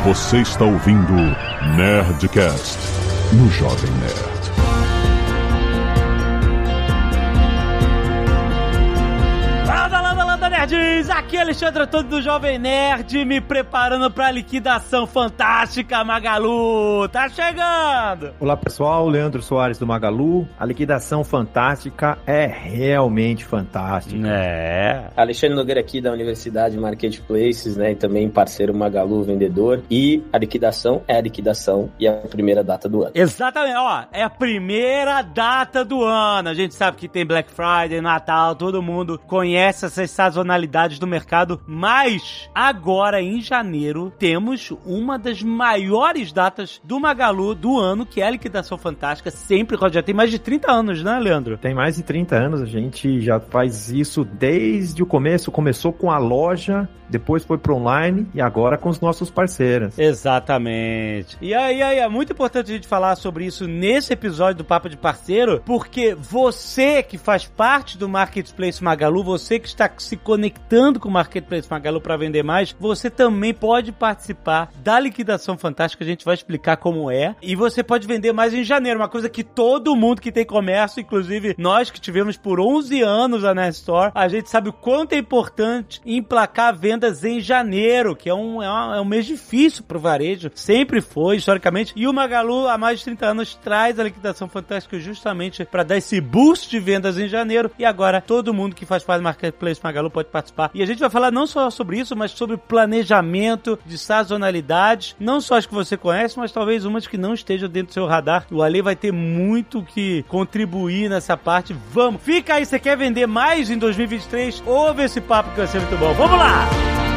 Você está ouvindo Nerdcast no Jovem Nerd. Nerds, aqui é Alexandre Antônio do Jovem Nerd, me preparando pra liquidação fantástica Magalu, tá chegando! Olá pessoal, Leandro Soares do Magalu, a liquidação fantástica é realmente fantástica. É. Alexandre Nogueira aqui da Universidade Marketplaces, né, e também parceiro Magalu vendedor, e a liquidação é a liquidação e é a primeira data do ano. Exatamente, ó, é a primeira data do ano, a gente sabe que tem Black Friday, Natal, todo mundo conhece essas sazonalidades do mercado, mas agora em janeiro temos uma das maiores datas do Magalu do ano, que é a liquidação fantástica, sempre, já tem mais de 30 anos, né, Leandro? Tem mais de 30 anos, a gente já faz isso desde o começo, começou com a loja, depois foi pro online e agora com os nossos parceiros. Exatamente. E aí, é muito importante a gente falar sobre isso nesse episódio do Papo de Parceiro, porque você que faz parte do Marketplace Magalu, você que está se conectando com o Marketplace Magalu para vender mais, você também pode participar da liquidação fantástica, a gente vai explicar como é, e você pode vender mais em janeiro, uma coisa que todo mundo que tem comércio, inclusive nós que tivemos por 11 anos a Nerd Store, a gente sabe o quanto é importante emplacar vendas em janeiro, que é um mês difícil pro varejo, sempre foi, historicamente, e o Magalu há mais de 30 anos traz a liquidação fantástica justamente para dar esse boost de vendas em janeiro, e agora todo mundo que faz parte do Marketplace Magalu pode participar. E a gente vai falar não só sobre isso, mas sobre planejamento de sazonalidades, não só as que você conhece, mas talvez umas que não estejam dentro do seu radar. O Ale vai ter muito que contribuir nessa parte. Vamos! Fica aí, você quer vender mais em 2023? Ouve esse papo que vai ser muito bom. Vamos lá!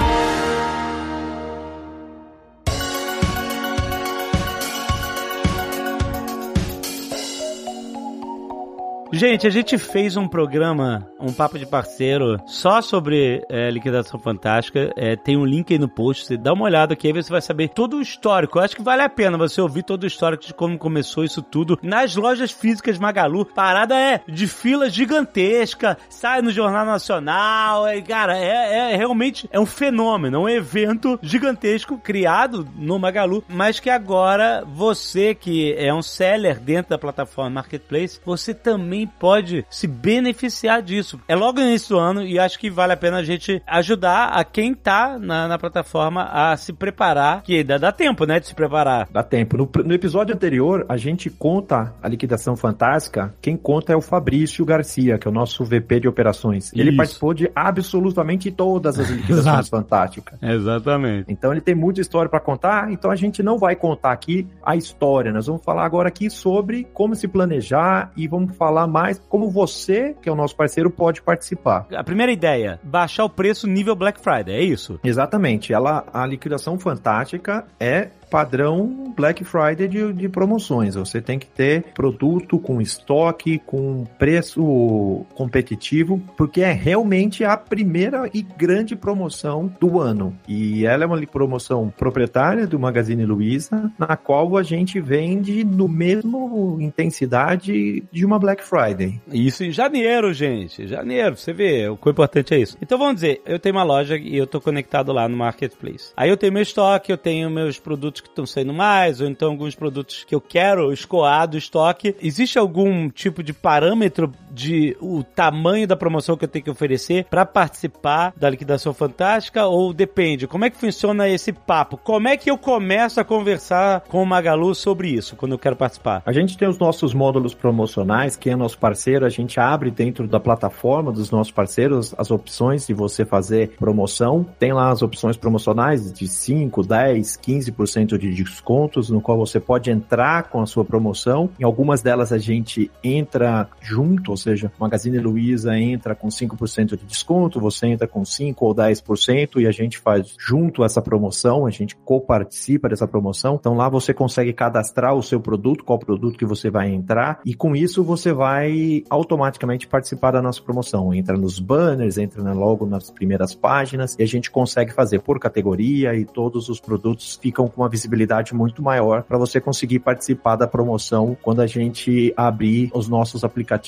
Gente, a gente fez um programa, um papo de parceiro, só sobre liquidação fantástica. Tem um link aí no post, você dá uma olhada aqui, aí você vai saber todo o histórico. Eu acho que vale a pena você ouvir todo o histórico de como começou isso tudo nas lojas físicas Magalu. Parada de fila gigantesca, sai no Jornal Nacional, cara, realmente um fenômeno, um evento gigantesco criado no Magalu, mas que agora você que é um seller dentro da plataforma Marketplace, você também pode se beneficiar disso. É logo no início do ano e acho que vale a pena a gente ajudar a quem tá na plataforma a se preparar, que dá tempo, né, de se preparar. Dá tempo. No episódio anterior, a gente conta a liquidação fantástica, quem conta é o Fabrício Garcia, que é o nosso VP de operações. Ele participou de absolutamente todas as liquidações fantásticas. Exatamente. Então ele tem muita história para contar, então a gente não vai contar aqui a história, nós vamos falar agora aqui sobre como se planejar e vamos falar mais como você, que é o nosso parceiro, pode participar. A primeira ideia, baixar o preço nível Black Friday, é isso? Exatamente. A liquidação fantástica é padrão Black Friday de promoções. Você tem que ter produto com estoque, com preço competitivo, porque é realmente a primeira e grande promoção do ano. E ela é uma promoção proprietária do Magazine Luiza, na qual a gente vende no mesmo intensidade de uma Black Friday. Isso em janeiro, gente. Janeiro, você vê, o que é importante é isso. Então vamos dizer, eu tenho uma loja e eu tô conectado lá no Marketplace. Aí eu tenho meu estoque, eu tenho meus produtos que estão saindo mais, ou então alguns produtos que eu quero escoar do estoque. Existe algum tipo de parâmetro de o tamanho da promoção que eu tenho que oferecer para participar da liquidação fantástica, ou depende? Como é que funciona esse papo? Como é que eu começo a conversar com o Magalu sobre isso, quando eu quero participar? A gente tem os nossos módulos promocionais, quem é nosso parceiro, a gente abre dentro da plataforma dos nossos parceiros as opções de você fazer promoção. Tem lá as opções promocionais de 5, 10, 15% de descontos, no qual você pode entrar com a sua promoção. Em algumas delas a gente entra junto, ou seja, o Magazine Luiza entra com 5% de desconto, você entra com 5% ou 10% e a gente faz junto essa promoção, a gente coparticipa dessa promoção. Então lá você consegue cadastrar o seu produto, qual produto que você vai entrar, e com isso você vai automaticamente participar da nossa promoção. Entra nos banners, entra logo nas primeiras páginas e a gente consegue fazer por categoria e todos os produtos ficam com uma visibilidade muito maior para você conseguir participar da promoção quando a gente abrir os nossos aplicativos e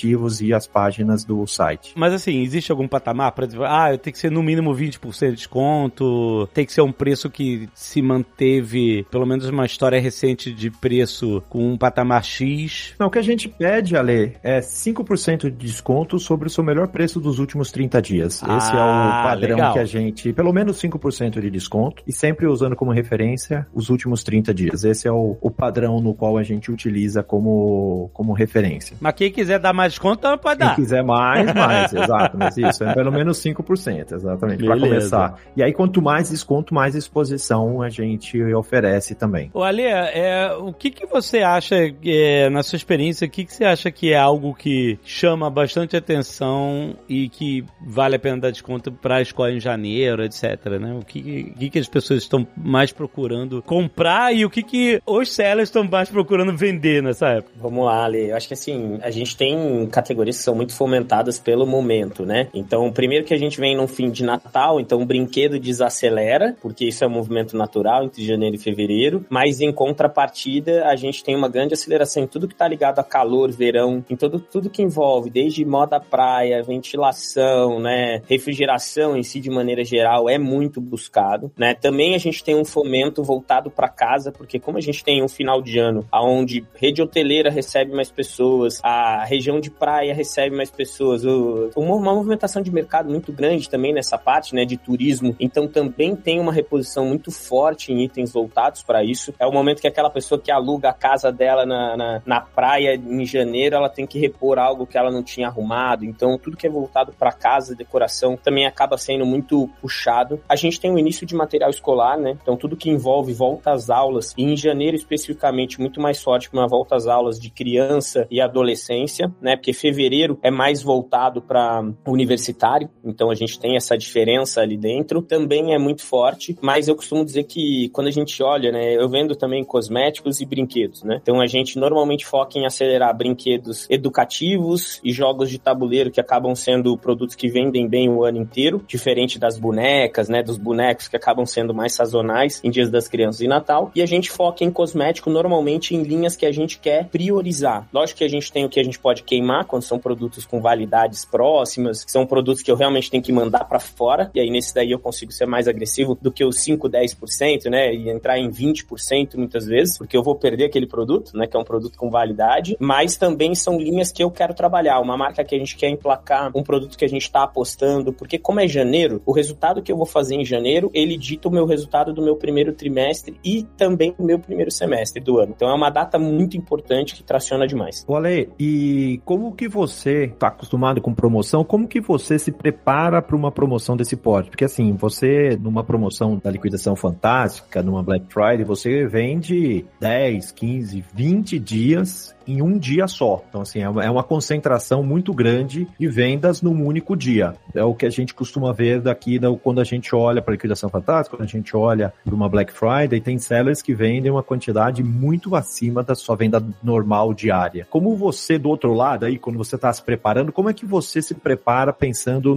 invadir as páginas do site. Mas assim, existe algum patamar? Por exemplo, eu tenho que ser no mínimo 20% de desconto, tem que ser um preço que se manteve, pelo menos uma história recente de preço com um patamar X? Não, o que a gente pede, Ale, é 5% de desconto sobre o seu melhor preço dos últimos 30 dias. Esse é o padrão legal. Que a gente, pelo menos 5% de desconto, e sempre usando como referência os últimos 30 dias. Esse é o padrão no qual a gente utiliza como referência. Mas quem quiser dar mais desconto, também pode dar. Quem quiser mais, exato. Mas isso, é pelo menos 5%, exatamente, para começar. E aí, quanto mais desconto, mais exposição a gente oferece também. Ô, Ale, o que você acha, na sua experiência, o que você acha que é algo que chama bastante atenção e que vale a pena dar desconto para a escola em janeiro, etc, né? O que as pessoas estão mais procurando comprar e o que os sellers estão mais procurando vender nessa época? Vamos lá, Ale. Eu acho que assim, a gente tem categorias que são muito fomentadas pelo momento, né? Então, primeiro que a gente vem num fim de Natal, então o brinquedo desacelera, porque isso é um movimento natural entre janeiro e fevereiro, mas em contrapartida, a gente tem uma grande aceleração em tudo que tá ligado a calor, verão, em tudo que envolve, desde moda praia, ventilação, né? Refrigeração em si, de maneira geral, é muito buscado, né? Também a gente tem um fomento voltado para casa, porque como a gente tem um final de ano onde rede hoteleira recebe mais pessoas, a região de praia recebe mais pessoas, uma movimentação de mercado muito grande também nessa parte, né, de turismo, então também tem uma reposição muito forte em itens voltados para isso. É o momento que aquela pessoa que aluga a casa dela na praia em janeiro, ela tem que repor algo que ela não tinha arrumado, então tudo que é voltado para casa, decoração, também acaba sendo muito puxado. A gente tem o início de material escolar, né, então tudo que envolve volta às aulas, e em janeiro especificamente muito mais forte que uma volta às aulas de criança e adolescência, né, porque fevereiro é mais voltado para universitário, então a gente tem essa diferença ali dentro, também é muito forte, mas eu costumo dizer que quando a gente olha, né, eu vendo também cosméticos e brinquedos, né, então a gente normalmente foca em acelerar brinquedos educativos e jogos de tabuleiro que acabam sendo produtos que vendem bem o ano inteiro, diferente das bonecas, né, dos bonecos que acabam sendo mais sazonais em dias das crianças e Natal, e a gente foca em cosmético normalmente em linhas que a gente quer priorizar. Lógico que a gente tem o que a gente pode queimar quando são produtos com validades próximas, que são produtos que eu realmente tenho que mandar pra fora, e aí nesse daí eu consigo ser mais agressivo do que os 5, 10%, né, e entrar em 20% muitas vezes, porque eu vou perder aquele produto, né, que é um produto com validade, mas também são linhas que eu quero trabalhar, uma marca que a gente quer emplacar, um produto que a gente tá apostando, porque como é janeiro, o resultado que eu vou fazer em janeiro, ele dita o meu resultado do meu primeiro trimestre e também do meu primeiro semestre do ano. Então é uma data muito importante que traciona demais. Ô Ale, e como que você está acostumado com promoção, como que você se prepara para uma promoção desse porte? Porque assim, você numa promoção da liquidação fantástica, numa Black Friday, você vende 10, 15, 20 dias em um dia só. Então, assim, é uma concentração muito grande de vendas num único dia. É o que a gente costuma ver daqui quando a gente olha para a liquidação fantástica, quando a gente olha para uma Black Friday, tem sellers que vendem uma quantidade muito acima da sua venda normal diária. Como você, do outro lado, aí, quando você está se preparando, como é que você se prepara pensando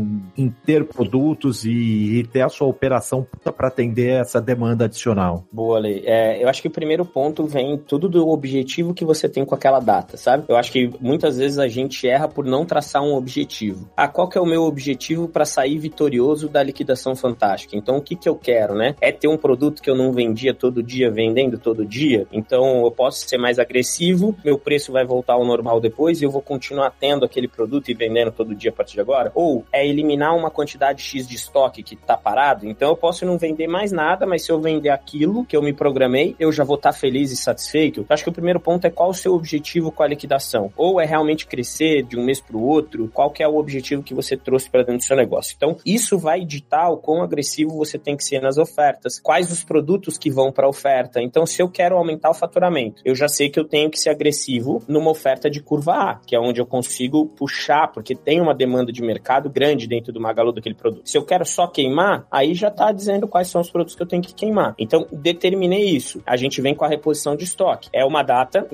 em ter produtos e ter a sua operação para atender essa demanda adicional? Boa, Ale. Eu acho que o primeiro ponto vem tudo do objetivo que você tem com aquela data, sabe? Eu acho que muitas vezes a gente erra por não traçar um objetivo. Qual que é o meu objetivo para sair vitorioso da liquidação fantástica? Então, o que eu quero, né? É ter um produto que eu não vendia todo dia, vendendo todo dia? Então, eu posso ser mais agressivo, meu preço vai voltar ao normal depois e eu vou continuar tendo aquele produto e vendendo todo dia a partir de agora? Ou é eliminar uma quantidade X de estoque que tá parado? Então, eu posso não vender mais nada, mas se eu vender aquilo que eu me programei, eu já vou estar feliz e satisfeito? Eu acho que o primeiro ponto é qual o seu objetivo com a liquidação? Ou é realmente crescer de um mês para o outro? Qual que é o objetivo que você trouxe para dentro do seu negócio? Então, isso vai ditar o quão agressivo você tem que ser nas ofertas. Quais os produtos que vão para a oferta? Então, se eu quero aumentar o faturamento, eu já sei que eu tenho que ser agressivo numa oferta de curva A, que é onde eu consigo puxar, porque tem uma demanda de mercado grande dentro do Magalu daquele produto. Se eu quero só queimar, aí já está dizendo quais são os produtos que eu tenho que queimar. Então, determinei isso. A gente vem com a reposição de estoque. É uma data importante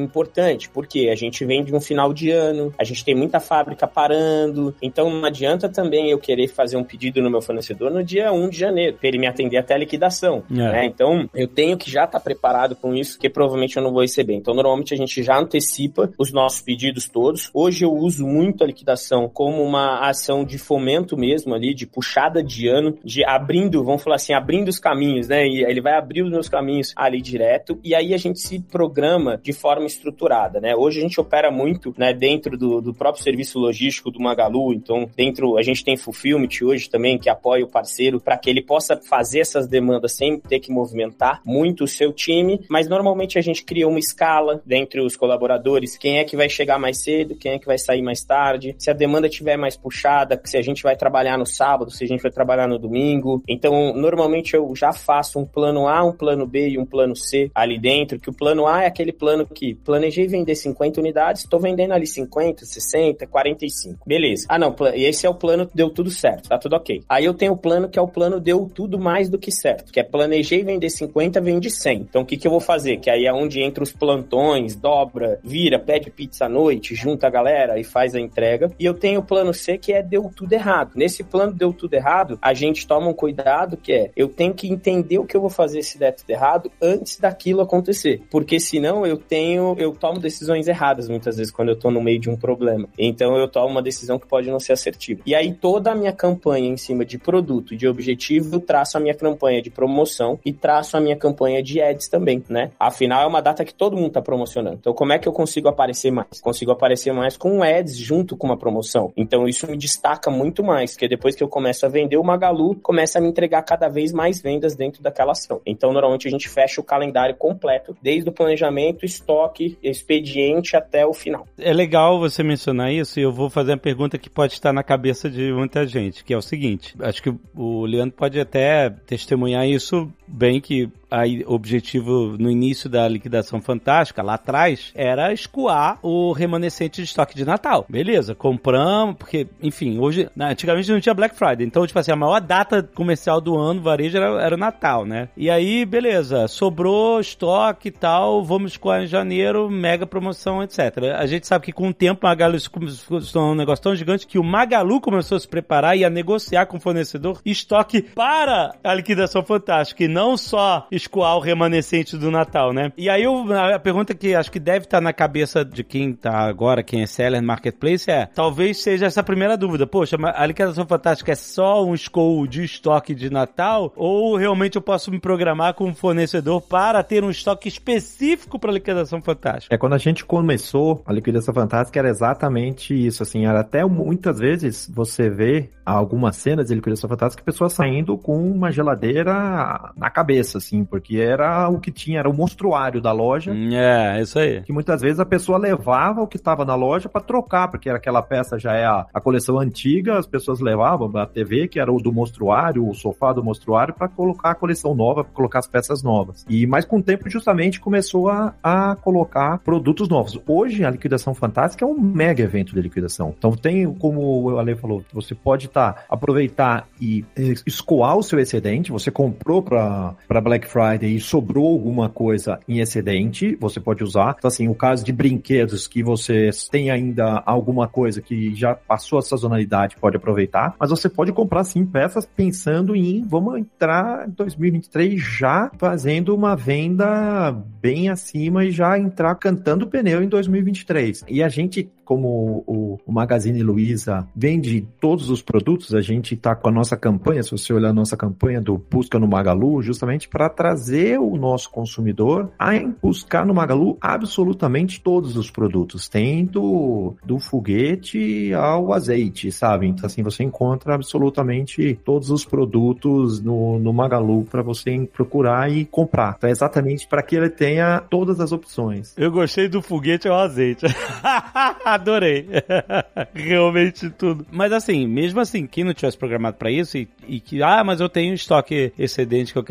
importante, porque a gente vem de um final de ano, a gente tem muita fábrica parando, então não adianta também eu querer fazer um pedido no meu fornecedor no dia 1 de janeiro, para ele me atender até a liquidação, né? Então, eu tenho que já estar preparado com isso, que provavelmente eu não vou receber. Então, normalmente a gente já antecipa os nossos pedidos todos. Hoje eu uso muito a liquidação como uma ação de fomento mesmo ali, de puxada de ano, de abrindo, vamos falar assim, abrindo os caminhos, né? E ele vai abrir os meus caminhos ali direto, e aí a gente se programa de forma estruturada, né? Hoje a gente opera muito, né, dentro do próprio serviço logístico do Magalu, então a gente tem Fulfillment hoje também, que apoia o parceiro para que ele possa fazer essas demandas sem ter que movimentar muito o seu time, mas normalmente a gente cria uma escala dentre os colaboradores, quem é que vai chegar mais cedo, quem é que vai sair mais tarde, se a demanda estiver mais puxada, se a gente vai trabalhar no sábado, se a gente vai trabalhar no domingo. Então, normalmente eu já faço um plano A, um plano B e um plano C ali dentro, que o plano A é aquele plano que planejei vender 50 unidades, estou vendendo ali 50, 60, 45. Beleza. Ah, não, esse é o plano que deu tudo certo, tá tudo ok. Aí eu tenho o plano que é o plano deu tudo mais do que certo, que é planejei vender 50, vende 100. Então, o que eu vou fazer? Que aí é onde entra os plantões, dobra, vira, pede pizza à noite, junta a galera e faz a entrega. E eu tenho o plano C, que é deu tudo errado. Nesse plano deu tudo errado, a gente toma um cuidado que é, eu tenho que entender o que eu vou fazer se der tudo errado antes daquilo acontecer. Porque senão eu tomo decisões erradas muitas vezes quando eu tô no meio de um problema. Então eu tomo uma decisão que pode não ser assertiva. E aí toda a minha campanha em cima de produto, de objetivo, eu traço a minha campanha de promoção e traço a minha campanha de ads também, né? Afinal é uma data que todo mundo tá promocionando. Então como é que eu consigo aparecer mais? Consigo aparecer mais com ads junto com uma promoção. Então isso me destaca muito mais, porque depois que eu começo a vender, o Magalu começa a me entregar cada vez mais vendas dentro daquela ação. Então normalmente a gente fecha o calendário completo, desde o planejamento, estoque, expediente até o final. É legal você mencionar isso, e eu vou fazer uma pergunta que pode estar na cabeça de muita gente, que é o seguinte, acho que o Leandro pode até testemunhar isso bem, que o objetivo no início da liquidação fantástica, lá atrás, era escoar o remanescente de estoque de Natal. Beleza, compramos, porque, enfim, hoje, antigamente não tinha Black Friday, então, tipo assim, a maior data comercial do ano, varejo, era o Natal, né? E aí, beleza, sobrou estoque e tal, vamos escoar em janeiro, mega promoção, etc. A gente sabe que com o tempo, a Magalu começou a se tornar um negócio tão gigante que o Magalu começou a se preparar e a negociar com o fornecedor estoque para a liquidação fantástica, e não só escoar o remanescente do Natal, né? E aí a pergunta que acho que deve estar na cabeça de quem tá agora, quem é seller no marketplace, talvez seja essa primeira dúvida. Poxa, a liquidação fantástica é só um escoo de estoque de Natal? Ou realmente eu posso me programar com um fornecedor para ter um estoque específico para liquidação fantástica? Quando a gente começou a liquidação fantástica era exatamente isso, assim, era até muitas vezes você vê algumas cenas de liquidação fantástica, pessoas saindo com uma geladeira na cabeça, assim, porque era o que tinha, era o monstruário da loja. Isso aí. Que muitas vezes a pessoa levava o que estava na loja para trocar, porque aquela peça já é a coleção antiga, as pessoas levavam a TV, que era o do monstruário, o sofá do monstruário, para colocar a coleção nova, para colocar as peças novas. Mas com o tempo justamente começou a colocar produtos novos. Hoje a liquidação fantástica é um mega evento de liquidação. Então tem, como o Ale falou, você pode aproveitar e escoar o seu excedente, você comprou para Black Friday e sobrou alguma coisa em excedente, você pode usar. Então, assim, o caso de brinquedos que você tem ainda alguma coisa que já passou a sazonalidade, pode aproveitar, mas você pode comprar, sim, peças pensando em, vamos entrar em 2023 já fazendo uma venda bem acima e já entrar cantando pneu em 2023. E a gente, como o Magazine Luiza vende todos os produtos, a gente está com a nossa campanha, se você olhar a nossa campanha do Busca no Magalu, justamente para trazer o nosso consumidor a buscar no Magalu absolutamente todos os produtos, tem do foguete ao azeite, sabe? Então, assim, você encontra absolutamente todos os produtos no Magalu para você procurar e comprar. Então, é exatamente para que ele tenha todas as opções. Eu gostei do foguete ao azeite. Adorei. Realmente tudo. Mas assim, mesmo assim, quem não tivesse programado para isso e que, mas eu tenho estoque excedente que eu quero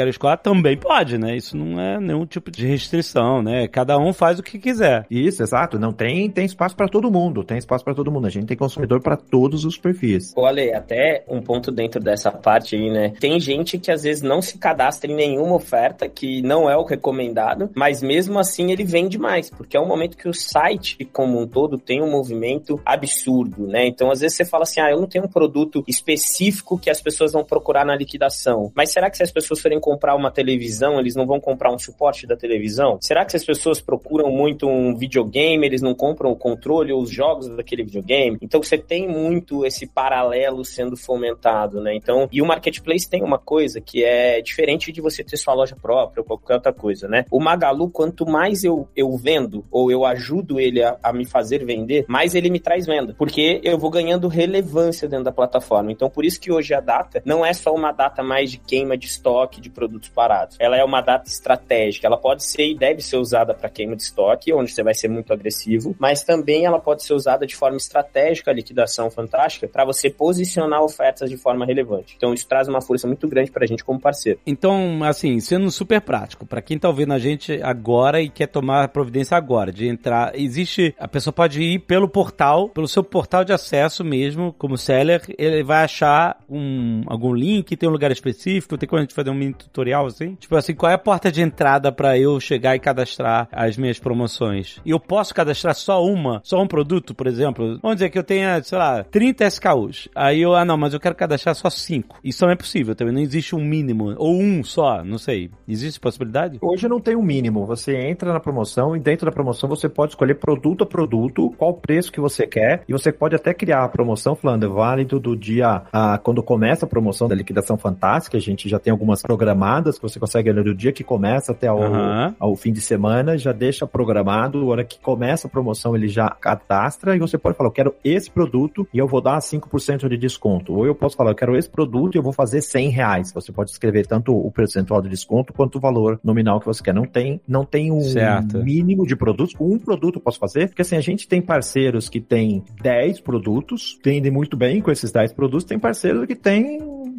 quero escoar, também pode, né? Isso não é nenhum tipo de restrição, né? Cada um faz o que quiser. Isso, exato. Não tem espaço para todo mundo. Tem espaço para todo mundo. A gente tem consumidor para todos os perfis. Olha, até um ponto dentro dessa parte aí, né? Tem gente que às vezes não se cadastra em nenhuma oferta, que não é o recomendado, mas mesmo assim ele vende mais, porque é um momento que o site como um todo tem um movimento absurdo, né? Então às vezes você fala assim, eu não tenho um produto específico que as pessoas vão procurar na liquidação, mas será que se as pessoas forem comprar uma televisão, eles não vão comprar um suporte da televisão? Será que se as pessoas procuram muito um videogame, eles não compram o controle ou os jogos daquele videogame? Então você tem muito esse paralelo sendo fomentado, né? Então, e o Marketplace tem uma coisa que é diferente de você ter sua loja própria ou qualquer outra coisa, né? O Magalu, quanto mais eu vendo ou eu ajudo ele a me fazer vender, mais ele me traz venda, porque eu vou ganhando relevância dentro da plataforma. Então, por isso que hoje a data não é só uma data mais de queima de estoque de produtos parados. Ela é uma data estratégica. Ela pode ser e deve ser usada para queima de estoque, onde você vai ser muito agressivo, mas também ela pode ser usada de forma estratégica, a liquidação fantástica, para você posicionar ofertas de forma relevante. Então, isso traz uma força muito grande pra gente como parceiro. Então, assim, sendo super prático, pra quem tá ouvindo a gente agora e quer tomar providência agora, de entrar, a pessoa pode ir pelo portal, pelo seu portal de acesso mesmo, como seller, ele vai achar algum link, tem um lugar específico, tem como a gente fazer um mini tutorial, assim? Tipo assim, qual é a porta de entrada pra eu chegar e cadastrar as minhas promoções? E eu posso cadastrar só um produto, por exemplo? Vamos dizer que eu tenha, sei lá, 30 SKUs. Aí eu, mas eu quero cadastrar só 5. Isso não é possível também, não existe um mínimo, ou um só, não sei. Existe possibilidade? Hoje não tem um mínimo, você entra na promoção e dentro da promoção você pode escolher produto a produto, qual preço que você quer, e você pode até criar a promoção falando, é válido do dia, quando começa a promoção da liquidação fantástica, a gente já tem algumas programadas que você consegue olhar do dia que começa até ao fim de semana, já deixa programado, a hora que começa a promoção ele já cadastra e você pode falar, eu quero esse produto e eu vou dar 5% de desconto, ou eu posso falar, eu quero esse produto e eu vou fazer R$100, você pode escrever tanto o percentual de desconto quanto o valor nominal que você quer, não tem um mínimo de produtos, um produto eu posso fazer, porque assim, a gente tem parceiros que tem 10 produtos, vendem muito bem com esses 10 produtos, tem parceiros que tem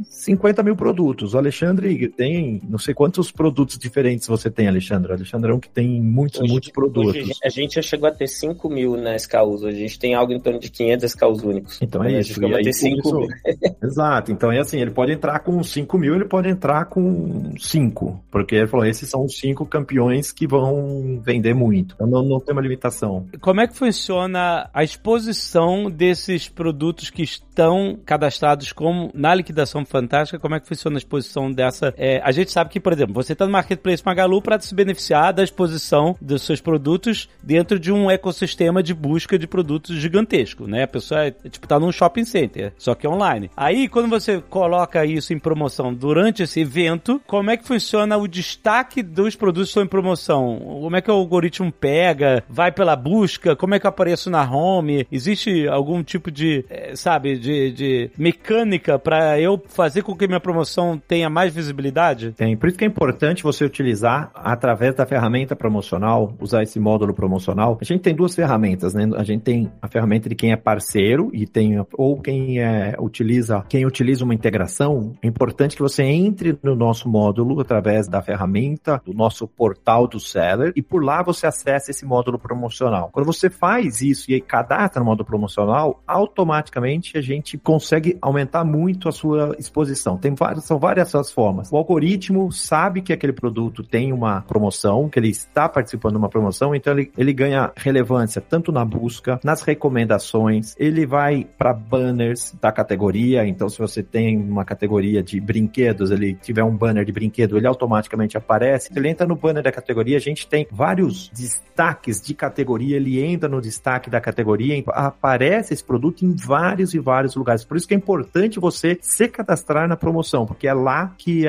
50 mil produtos. O Alexandre tem, não sei quantos produtos diferentes você tem, Alexandre. O Alexandre é um que tem muitos produtos. Hoje a gente já chegou a ter 5 mil na SKUs. Hoje a gente tem algo em torno de 500 SKUs únicos. Então é isso. E aí, ter 5 mil. Exato. Então é assim, ele pode entrar com 5 mil, ele pode entrar com 5. Porque ele falou, esses são os 5 campeões que vão vender muito. Então não tem uma limitação. Como é que funciona a exposição desses produtos que estão cadastrados como na liquidação fantástica? Como é que funciona a exposição dessa? A gente sabe que, por exemplo, você está no Marketplace Magalu para se beneficiar da exposição dos seus produtos dentro de um ecossistema de busca de produtos gigantesco, né? A pessoa, tá num shopping center, só que online. Aí, quando você coloca isso em promoção durante esse evento, como é que funciona o destaque dos produtos que estão em promoção? Como é que o algoritmo pega? Vai pela busca? Como é que eu apareço na home? Existe algum tipo de, de mecânica para eu fazer com que minha promoção tenha mais visibilidade? Tem, por isso que é importante você utilizar, através da ferramenta promocional, usar esse módulo promocional. A gente tem duas ferramentas, né? A gente tem a ferramenta de quem é parceiro e tem, ou quem utiliza uma integração. É importante que você entre no nosso módulo através da ferramenta, do nosso portal do seller, e por lá você acessa esse módulo promocional. Quando você faz isso e cadastra no módulo promocional, automaticamente a gente consegue aumentar muito a sua exposição. São várias essas formas. O algoritmo sabe que aquele produto tem uma promoção, que ele está participando de uma promoção, então ele ganha relevância tanto na busca, nas recomendações, ele vai para banners da categoria, então se você tem uma categoria de brinquedos, ele tiver um banner de brinquedo, ele automaticamente aparece. Ele entra no banner da categoria, a gente tem vários destaques de categoria, ele entra no destaque da categoria, aparece esse produto em vários e vários lugares. Por isso que é importante você se cadastrar na promoção, porque é lá que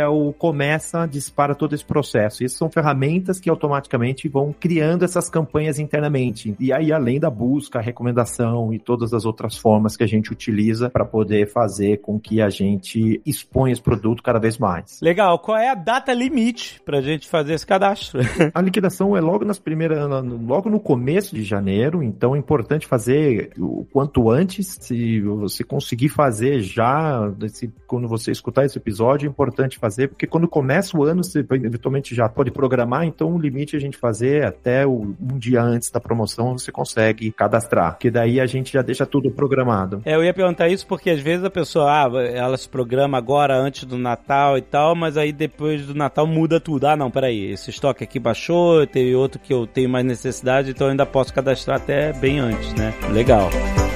dispara todo esse processo. E essas são ferramentas que automaticamente vão criando essas campanhas internamente. E aí, além da busca, a recomendação e todas as outras formas que a gente utiliza para poder fazer com que a gente exponha esse produto cada vez mais. Legal. Qual é a data limite para a gente fazer esse cadastro? A liquidação é logo no começo de janeiro, então é importante fazer o quanto antes. Se você conseguir fazer já, quando você escutar esse episódio, é importante fazer, porque quando começa o ano, você eventualmente já pode programar, então o limite é a gente fazer até um dia antes da promoção, você consegue cadastrar, porque daí a gente já deixa tudo programado. Eu ia perguntar isso porque às vezes a pessoa, ela se programa agora antes do Natal e tal, mas aí depois do Natal muda tudo. Não, peraí, esse estoque aqui baixou, teve outro que eu tenho mais necessidade, então eu ainda posso cadastrar até bem antes, né? Legal.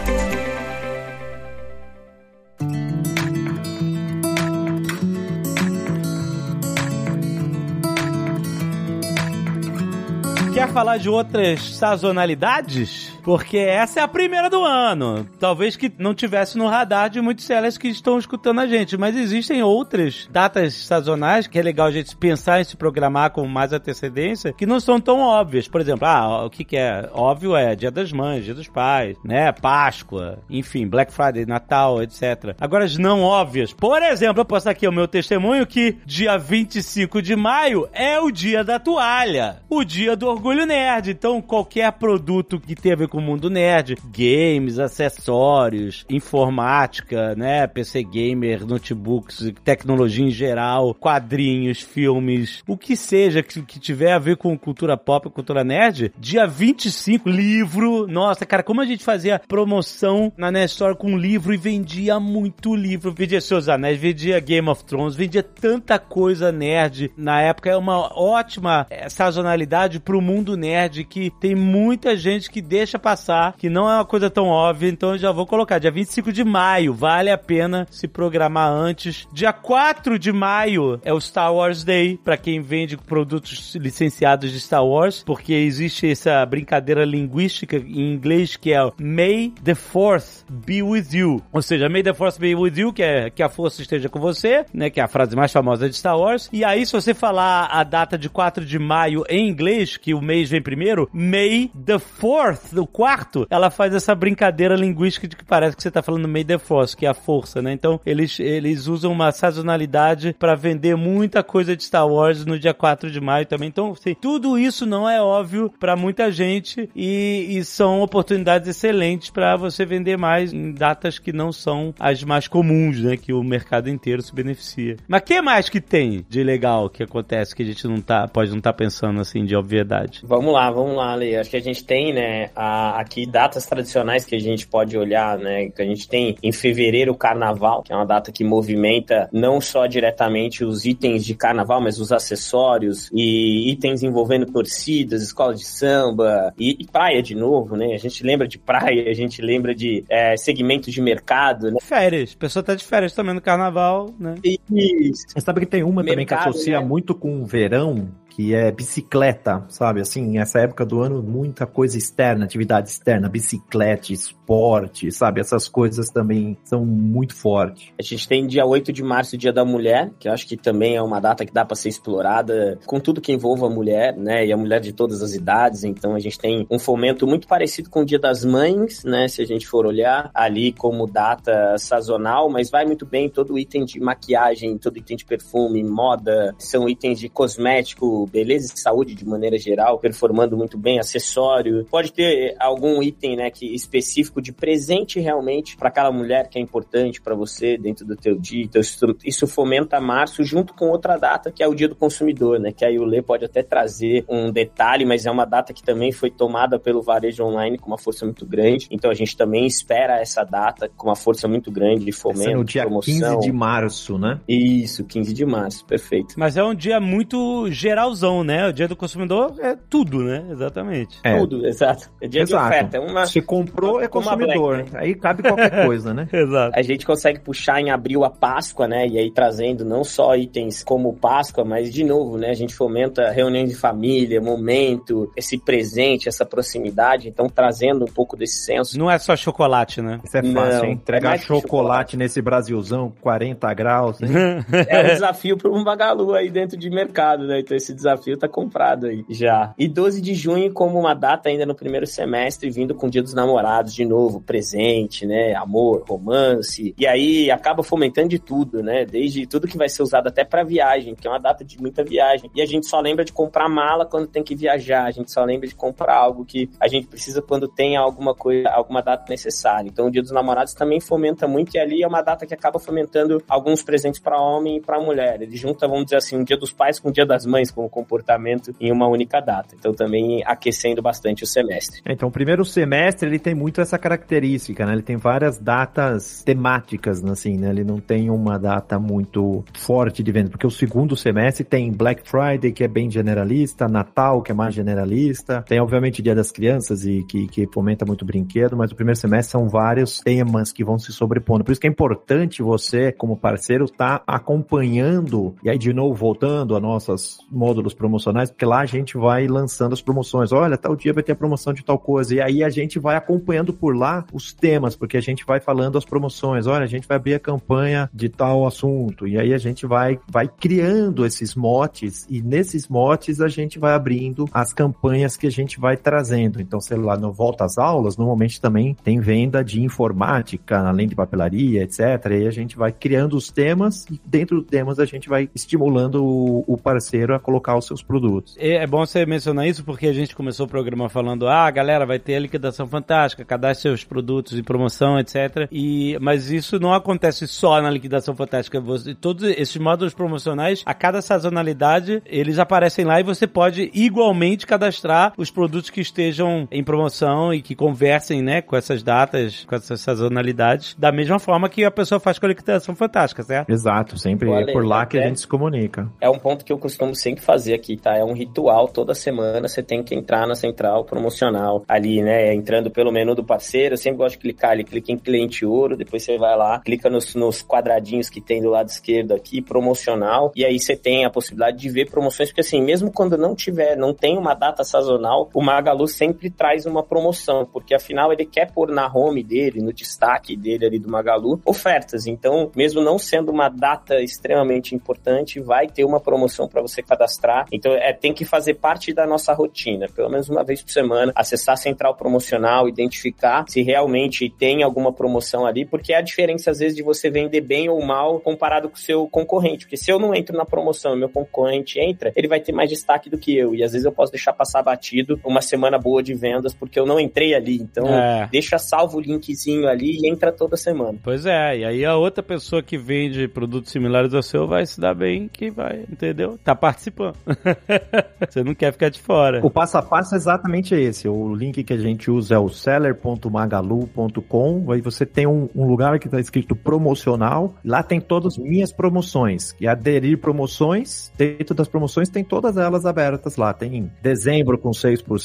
Quer falar de outras sazonalidades? Porque essa é a primeira do ano. Talvez que não tivesse no radar de muitos sellers que estão escutando a gente, mas existem outras datas sazonais que é legal a gente pensar em se programar com mais antecedência, que não são tão óbvias. Por exemplo, o que é óbvio é Dia das Mães, Dia dos Pais, né? Páscoa, enfim, Black Friday, Natal, etc. Agora as não óbvias. Por exemplo, eu posso dar aqui o meu testemunho que dia 25 de maio é o dia da toalha, o dia do orgulho nerd. Então qualquer produto que tenha a ver com o mundo nerd, games, acessórios, informática, né, PC gamer, notebooks, tecnologia em geral, quadrinhos, filmes, o que seja que tiver a ver com cultura pop, cultura nerd, dia 25, livro, nossa, cara, como a gente fazia promoção na Nerd Store com livro e vendia muito livro, vendia Seus Anéis, vendia Game of Thrones, vendia tanta coisa nerd, na época é uma ótima sazonalidade pro mundo nerd, que tem muita gente que deixa passar, que não é uma coisa tão óbvia, então eu já vou colocar, dia 25 de maio, vale a pena se programar antes. Dia 4 de maio é o Star Wars Day, pra quem vende produtos licenciados de Star Wars, porque existe essa brincadeira linguística em inglês que é May the Force be with you, ou seja, May the Force be with you, que é que a força esteja com você, né, que é a frase mais famosa de Star Wars, e aí se você falar a data de 4 de maio em inglês, que o mês vem primeiro, May the 4th, o quarto, ela faz essa brincadeira linguística de que parece que você tá falando May the Force, que é a força, né? Então, eles usam uma sazonalidade pra vender muita coisa de Star Wars no dia 4 de maio também. Então, assim, tudo isso não é óbvio pra muita gente e são oportunidades excelentes pra você vender mais em datas que não são as mais comuns, né? Que o mercado inteiro se beneficia. Mas o que mais que tem de legal que acontece que a gente pode não tá pensando, assim, de obviedade? Vamos lá, Lê. Acho que a gente tem, né, aqui datas tradicionais que a gente pode olhar, né, que a gente tem em fevereiro o Carnaval, que é uma data que movimenta não só diretamente os itens de Carnaval, mas os acessórios e itens envolvendo torcidas, escola de samba e praia de novo, né, a gente lembra de praia, a gente lembra de segmentos de mercado, né. Férias, a pessoa tá de férias também no Carnaval, né. Isso. Você sabe que tem uma mercado, também que associa, né, muito com o verão, que é bicicleta, sabe? Assim, essa época do ano, muita coisa externa, atividade externa, bicicleta, esporte, sabe? Essas coisas também são muito fortes. A gente tem dia 8 de março, Dia da Mulher, que eu acho que também é uma data que dá para ser explorada com tudo que envolva a mulher, né? E a mulher de todas as idades, então a gente tem um fomento muito parecido com o Dia das Mães, né? Se a gente for olhar ali como data sazonal, mas vai muito bem todo item de maquiagem, todo item de perfume, moda, são itens de cosmético, beleza e saúde de maneira geral, performando muito bem, acessório. Pode ter algum item, né, que específico de presente realmente para aquela mulher que é importante para você dentro do teu dia. Então, isso fomenta março junto com outra data, que é o Dia do Consumidor, né, que aí o Lê pode até trazer um detalhe, mas é uma data que também foi tomada pelo varejo online com uma força muito grande. Então, a gente também espera essa data com uma força muito grande de fomento, no dia promoção. 15 de março, né? Isso, 15 de março, perfeito. Mas é um dia muito geralzão, né? O Dia do Consumidor é tudo, né? Exatamente. Tudo, exato. É dia de oferta. Se comprou, é consumidor. Black, né? Aí cabe qualquer coisa, né? Exato. A gente consegue puxar em abril a Páscoa, né? E aí trazendo não só itens como Páscoa, mas de novo, né? A gente fomenta reuniões de família, momento, esse presente, essa proximidade. Então, trazendo um pouco desse senso. Não é só chocolate, né? Isso é fácil, hein? Entregar chocolate nesse Brasilzão, 40 graus, hein? É um desafio para um Magalu aí dentro de mercado, né? Então, esse desafio tá comprado aí já. E 12 de junho como uma data ainda no primeiro semestre semestre vindo com o Dia dos Namorados de novo, presente, né? Amor, romance. E aí acaba fomentando de tudo, né? Desde tudo que vai ser usado até pra viagem, que é uma data de muita viagem. E a gente só lembra de comprar mala quando tem que viajar. A gente só lembra de comprar algo que a gente precisa quando tem alguma coisa, alguma data necessária. Então o Dia dos Namorados também fomenta muito, e ali é uma data que acaba fomentando alguns presentes para homem e para mulher. Ele junta, vamos dizer assim, o Dia dos Pais com o Dia das Mães como comportamento em uma única data. Então também aquecendo bastante o semestre. Então o primeiro semestre ele tem muito essa característica, né? Ele tem várias datas temáticas, assim, né? Ele não tem uma data muito forte de venda, porque o segundo semestre tem Black Friday, que é bem generalista, Natal, que é mais generalista, tem obviamente Dia das Crianças e que fomenta muito brinquedo, mas o primeiro semestre são vários temas que vão se sobrepondo. Por isso que é importante você, como parceiro, estar acompanhando, e aí de novo voltando a nossos módulos promocionais, porque lá a gente vai lançando as promoções. Olha, tal dia vai ter a promoção de tal coisa, e aí a gente vai acompanhando por lá os temas, porque a gente vai falando as promoções. Olha, a gente vai abrir a campanha de tal assunto, e aí a gente vai criando esses motes, e nesses motes a gente vai abrindo as campanhas que a gente vai trazendo. Então, sei lá, no Volta às Aulas, normalmente também tem venda de informática, além de papelaria, etc. E aí a gente vai criando os temas, e dentro dos temas a gente vai estimulando o parceiro a colocar os seus produtos. É bom você mencionar isso, porque a gente começou o programa falando, galera, vai ter a liquidação fantástica, cadastre seus produtos em promoção, etc. Mas isso não acontece só na liquidação fantástica. Todos esses módulos promocionais, a cada sazonalidade, eles aparecem lá e você pode igualmente cadastrar os produtos que estejam em promoção e que conversem, né, com essas datas, com essas sazonalidades, da mesma forma que a pessoa faz com a liquidação fantástica, certo? Exato, sempre é por lá que a gente se comunica. É um ponto que eu costumo sempre fazer aqui, tá? É um ritual, toda semana você tem que entrar na central promocional ali, né, entrando pelo menu do parceiro. Eu sempre gosto de clicar ali, clica em cliente ouro, depois você vai lá, clica nos quadradinhos que tem do lado esquerdo aqui, promocional, e aí você tem a possibilidade de ver promoções, porque assim, mesmo quando não tem uma data sazonal, o Magalu sempre traz uma promoção, porque afinal ele quer pôr na home dele, no destaque dele ali do Magalu, ofertas. Então, mesmo não sendo uma data extremamente importante, vai ter uma promoção para você cadastrar. Então, tem que fazer parte da nossa rotina, pelo menos uma vez por semana, acessar a central promocional, identificar se realmente tem alguma promoção ali, porque é a diferença às vezes de você vender bem ou mal comparado com o seu concorrente, porque se eu não entro na promoção e meu concorrente entra, ele vai ter mais destaque do que eu, e às vezes eu posso deixar passar batido uma semana boa de vendas porque eu não entrei ali. Então, deixa salvo o linkzinho ali e entra toda semana. Pois é, e aí a outra pessoa que vende produtos similares ao seu vai se dar bem, que vai, entendeu? Tá participando. Você não quer ficar de fora. O passo a passo é exatamente esse. O link que a gente usa é o seller.magalu.com. Aí você tem um lugar que está escrito promocional. Lá tem todas as minhas promoções. E aderir promoções, dentro das promoções tem todas elas abertas lá. Tem dezembro com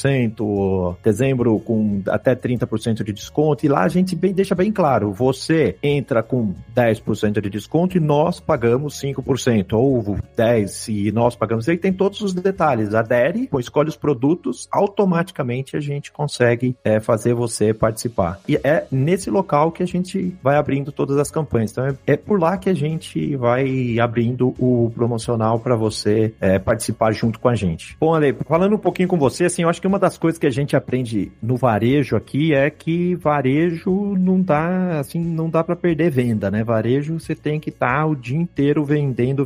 6%, dezembro com até 30% de desconto. E lá a gente deixa bem claro, você entra com 10% de desconto e nós pagamos 5%. Ou 10% e nós pagamos. Aí tem todos os detalhes. Adere, escolhe os produtos, automaticamente a gente consegue fazer você participar. E é nesse local que a gente vai abrindo todas as campanhas. Então é por lá que a gente vai abrindo o promocional para você participar junto com a gente. Bom, Ale, falando um pouquinho com você, assim, eu acho que uma das coisas que a gente aprende no varejo aqui é que varejo não dá para perder venda, né? Varejo você tem que estar o dia inteiro vendendo.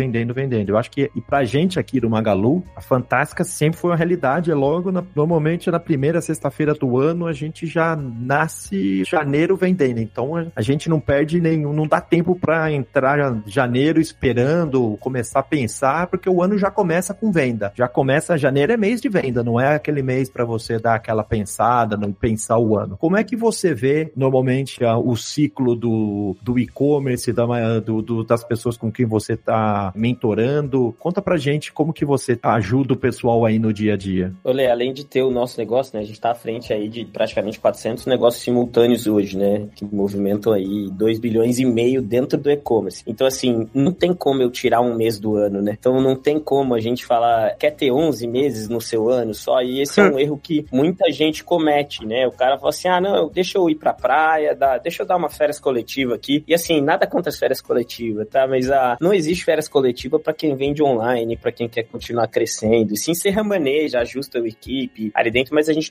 Eu acho que, e pra gente aqui do Magalu, a Fantástica sempre foi uma realidade. Normalmente na primeira sexta-feira do ano, a gente já nasce janeiro vendendo. Então a gente não perde não dá tempo pra entrar janeiro esperando, começar a pensar, porque o ano já começa com venda. Janeiro é mês de venda, não é aquele mês pra você dar aquela pensada, não pensar o ano. Como é que você vê normalmente o ciclo do e-commerce, das pessoas com quem você tá mentorando? Conta pra gente como que você ajuda o pessoal aí no dia a dia. Olê, além de ter o nosso negócio, né, a gente tá à frente aí de praticamente 400 negócios simultâneos hoje, né, que movimentam aí 2,5 bilhões dentro do e-commerce. Então, assim, não tem como eu tirar um mês do ano, né? Então, não tem como a gente falar, quer ter 11 meses no seu ano só, e esse é um erro que muita gente comete, né? O cara fala assim, não, deixa eu ir pra praia, deixa eu dar uma férias coletiva aqui. E assim, nada contra as férias coletivas, tá? Mas não existe férias coletiva pra quem vende online, pra quem quer continuar crescendo. Sim, você remaneja, ajusta a equipe ali dentro, mas a gente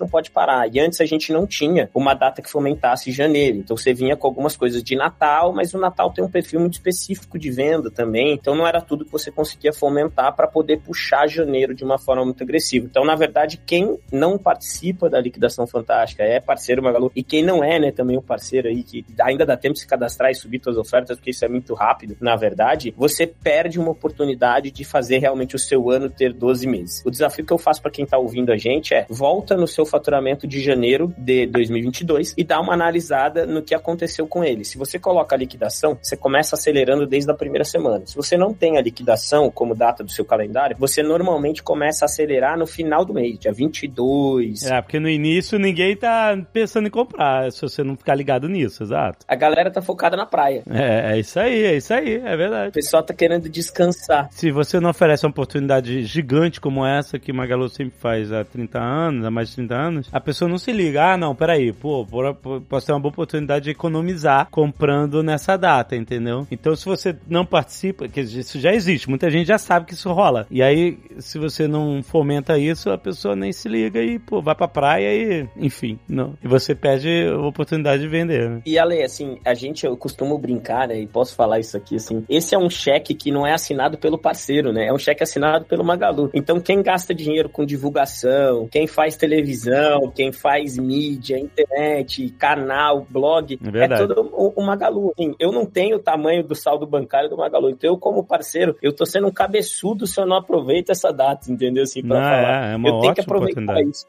não pode parar. E antes a gente não tinha uma data que fomentasse janeiro. Então você vinha com algumas coisas de Natal, mas o Natal tem um perfil muito específico de venda também. Então não era tudo que você conseguia fomentar para poder puxar janeiro de uma forma muito agressiva. Então, na verdade, quem não participa da liquidação fantástica é parceiro Magalu. E quem não é, né, também o parceiro aí, que ainda dá tempo de se cadastrar e subir suas ofertas, porque isso é muito rápido, na verdade, você perde uma oportunidade de fazer realmente o seu ano ter 12 meses. O desafio que eu faço para quem tá ouvindo a gente é, volta no seu faturamento de janeiro de 2022 e dá uma analisada no que aconteceu com ele. Se você coloca a liquidação, você começa acelerando desde a primeira semana. Se você não tem a liquidação como data do seu calendário, você normalmente começa a acelerar no final do mês, dia 22. Porque no início ninguém tá pensando em comprar, se você não ficar ligado nisso, exato. A galera tá focada na praia. É isso aí, é verdade. O pessoal tá querendo descansar. Se você não oferece uma oportunidade gigante como essa, que Magalu sempre faz há 30 anos, há mais de 30 anos, a pessoa não se liga, não, peraí, posso ter uma boa oportunidade de economizar comprando nessa data, entendeu? Então, se você não participa, que isso já existe, muita gente já sabe que isso rola. E aí, se você não fomenta isso, a pessoa nem se liga e, vai pra praia e, enfim, não. E você perde a oportunidade de vender, né? E, Ale, assim, eu costumo brincar, né, e posso falar isso aqui, assim, esse é um cheque que não é assinado pelo parceiro, né, é um cheque assinado pelo Magalu. Então, quem gasta dinheiro com divulgação, quem faz televisão, quem faz mídia, internet, canal, blog, é todo o Magalu. Assim, eu não tenho o tamanho do saldo bancário do Magalu, então eu, como parceiro, eu tô sendo um cabeçudo se eu não aproveito essa data, entendeu? Assim, pra falar. É uma eu tenho que aproveitar oportunidade. Isso.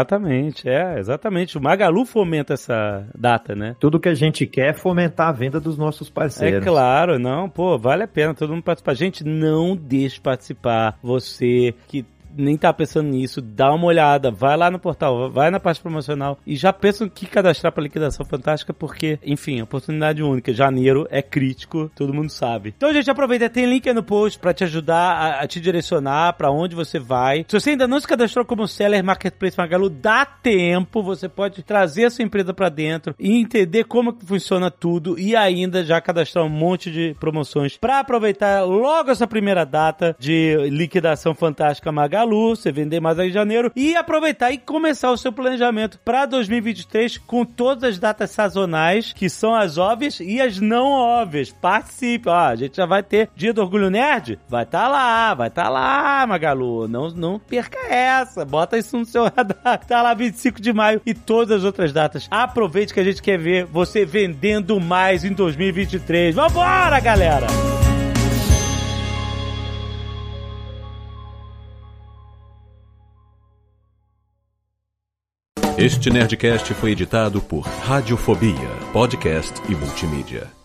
Exatamente. O Magalu fomenta essa data, né? Tudo que a gente quer é fomentar a venda dos nossos parceiros. É claro, não, vale a pena todo mundo participar. Gente, não deixe de participar. Você que nem tá pensando nisso, dá uma olhada, vai lá no portal, vai na parte promocional e já pensa no que cadastrar pra liquidação fantástica, porque, enfim, oportunidade única, janeiro é crítico, todo mundo sabe. Então, gente, aproveita, tem link aí no post pra te ajudar a te direcionar pra onde você vai. Se você ainda não se cadastrou como seller Marketplace Magalu, dá tempo, você pode trazer a sua empresa pra dentro e entender como que funciona tudo e ainda já cadastrar um monte de promoções pra aproveitar logo essa primeira data de liquidação fantástica Magalu, você vender mais aí em janeiro e aproveitar e começar o seu planejamento para 2023 com todas as datas sazonais, que são as óbvias e as não óbvias. Participe, a gente já vai ter Dia do Orgulho Nerd, vai tá lá, Magalu, não perca essa, bota isso no seu radar, tá lá 25 de maio e todas as outras datas. Aproveite que a gente quer ver você vendendo mais em 2023. Vambora, galera! Este Nerdcast foi editado por Radiofobia, podcast e multimídia.